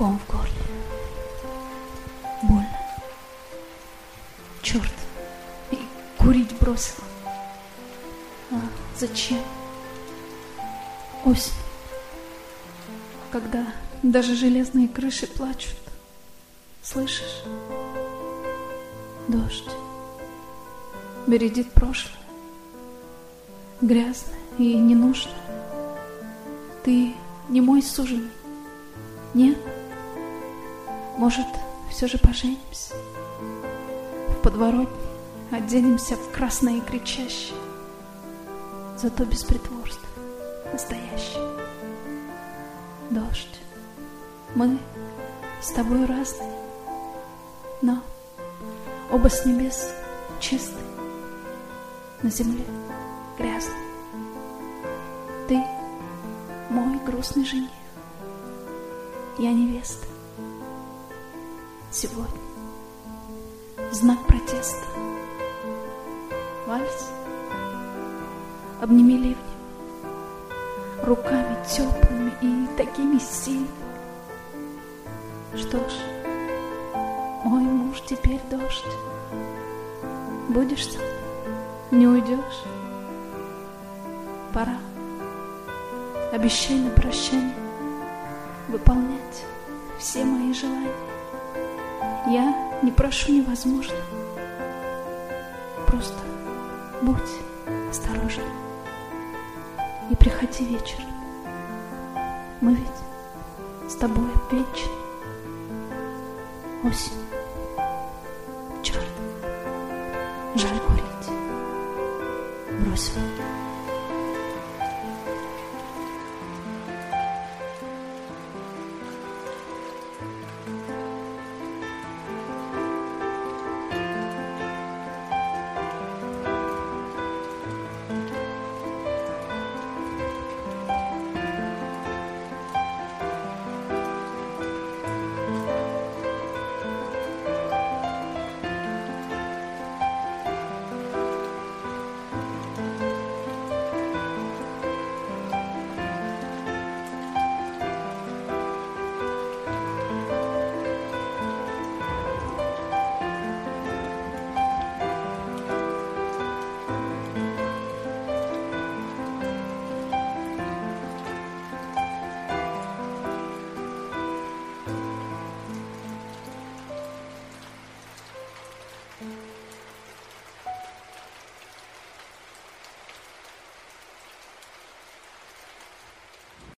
Ком в горле. Больно. Черт. И курить бросила. А зачем? Осень. Когда даже железные крыши плачут. Слышишь? Дождь. Бередит прошлое. Грязно и ненужно. Ты не мой суженый? Нет? Может, все же поженимся? В подворотне оденемся в красное и кричащее. Зато без притворства. Настоящее. Дождь. Мы с тобой разные, но оба с небес чистые, на земле грязные. Ты мой грустный жених, я невеста. Сегодня в знак протеста вальс. Обними ливнем, руками теплыми и такими сильными. Что ж, мой муж теперь дождь. Будешь со мной? Не уйдешь? Пора. Обещай на прощание выполнять все мои желания. Я не прошу невозможно. Просто будь осторожен. И приходи вечером. Мы ведь с тобой обвенчаны. Осень. Черт. Жаль курить. Бросил.